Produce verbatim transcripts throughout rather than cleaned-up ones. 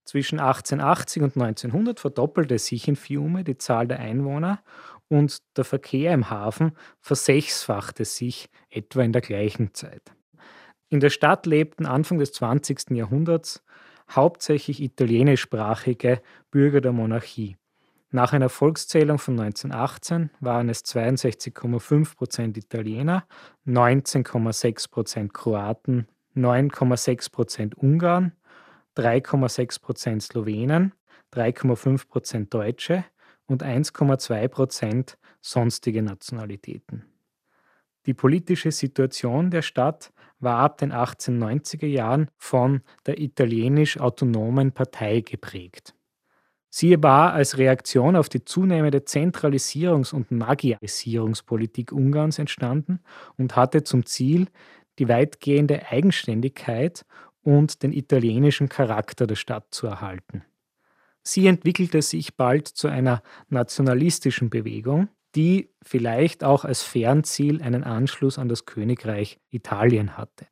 Zwischen achtzehnhundertachtzig und neunzehnhundert verdoppelte sich in Fiume die Zahl der Einwohner und der Verkehr im Hafen versechsfachte sich etwa in der gleichen Zeit. In der Stadt lebten Anfang des zwanzigsten Jahrhunderts hauptsächlich italienischsprachige Bürger der Monarchie. Nach einer Volkszählung von neunzehnhundertachtzehn waren es zweiundsechzig Komma fünf Prozent Italiener, neunzehn Komma sechs Prozent Kroaten, neun Komma sechs Prozent Ungarn, drei Komma sechs Prozent Slowenen, drei Komma fünf Prozent Deutsche und eins Komma zwei Prozent sonstige Nationalitäten. Die politische Situation der Stadt war ab den achtzehnhundertneunziger Jahren von der italienisch-autonomen Partei geprägt. Sie war als Reaktion auf die zunehmende Zentralisierungs- und Magyarisierungspolitik Ungarns entstanden und hatte zum Ziel, die weitgehende Eigenständigkeit und den italienischen Charakter der Stadt zu erhalten. Sie entwickelte sich bald zu einer nationalistischen Bewegung, die vielleicht auch als Fernziel einen Anschluss an das Königreich Italien hatte.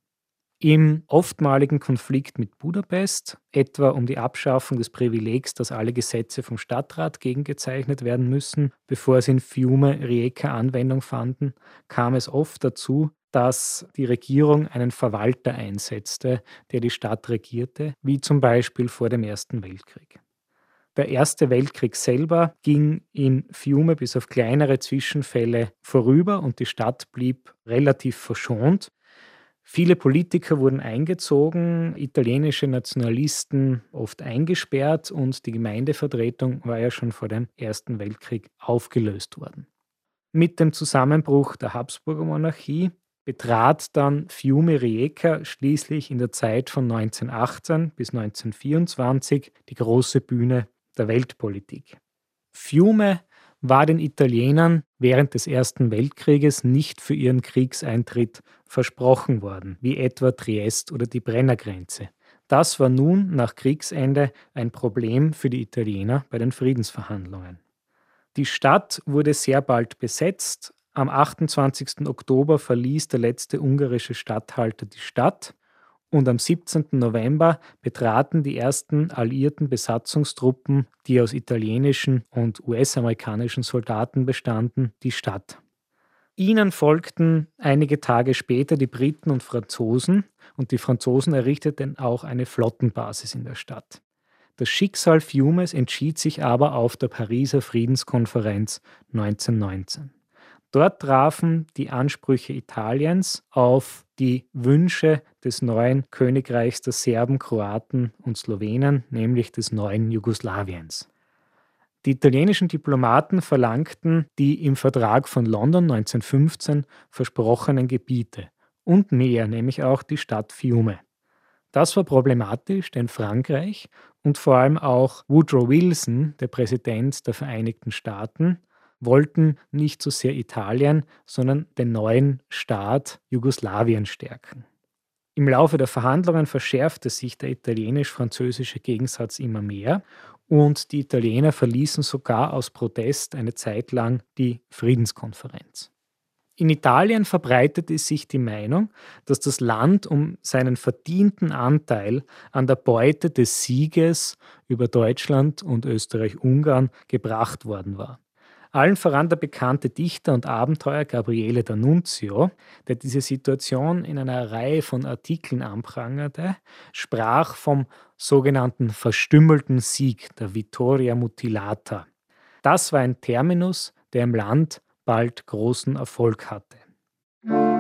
Im oftmaligen Konflikt mit Budapest, etwa um die Abschaffung des Privilegs, dass alle Gesetze vom Stadtrat gegengezeichnet werden müssen, bevor sie in Fiume-Rijeka Anwendung fanden, kam es oft dazu, dass die Regierung einen Verwalter einsetzte, der die Stadt regierte, wie zum Beispiel vor dem Ersten Weltkrieg. Der Erste Weltkrieg selber ging in Fiume bis auf kleinere Zwischenfälle vorüber und die Stadt blieb relativ verschont. Viele Politiker wurden eingezogen, italienische Nationalisten oft eingesperrt und die Gemeindevertretung war ja schon vor dem Ersten Weltkrieg aufgelöst worden. Mit dem Zusammenbruch der Habsburger Monarchie betrat dann Fiume-Rijeka schließlich in der Zeit von neunzehnhundertachtzehn bis neunzehnhundertvierundzwanzig die große Bühne der Weltpolitik. Fiume war den Italienern während des Ersten Weltkrieges nicht für ihren Kriegseintritt versprochen worden, wie etwa Triest oder die Brennergrenze. Das war nun nach Kriegsende ein Problem für die Italiener bei den Friedensverhandlungen. Die Stadt wurde sehr bald besetzt. Am achtundzwanzigsten Oktober verließ der letzte ungarische Statthalter die Stadt und am siebzehnten November betraten die ersten alliierten Besatzungstruppen, die aus italienischen und U S-amerikanischen Soldaten bestanden, die Stadt. Ihnen folgten einige Tage später die Briten und Franzosen und die Franzosen errichteten auch eine Flottenbasis in der Stadt. Das Schicksal Fiumes entschied sich aber auf der Pariser Friedenskonferenz neunzehnhundertneunzehn. Dort trafen die Ansprüche Italiens auf die Wünsche des neuen Königreichs der Serben, Kroaten und Slowenen, nämlich des neuen Jugoslawiens. Die italienischen Diplomaten verlangten die im Vertrag von London neunzehnhundertfünfzehn versprochenen Gebiete und mehr, nämlich auch die Stadt Fiume. Das war problematisch, denn Frankreich und vor allem auch Woodrow Wilson, der Präsident der Vereinigten Staaten, wollten nicht so sehr Italien, sondern den neuen Staat Jugoslawien stärken. Im Laufe der Verhandlungen verschärfte sich der italienisch-französische Gegensatz immer mehr und die Italiener verließen sogar aus Protest eine Zeit lang die Friedenskonferenz. In Italien verbreitete sich die Meinung, dass das Land um seinen verdienten Anteil an der Beute des Sieges über Deutschland und Österreich-Ungarn gebracht worden war. Allen voran der bekannte Dichter und Abenteurer Gabriele D'Annunzio, der diese Situation in einer Reihe von Artikeln anprangerte, sprach vom sogenannten verstümmelten Sieg, der Vittoria Mutilata. Das war ein Terminus, der im Land bald großen Erfolg hatte.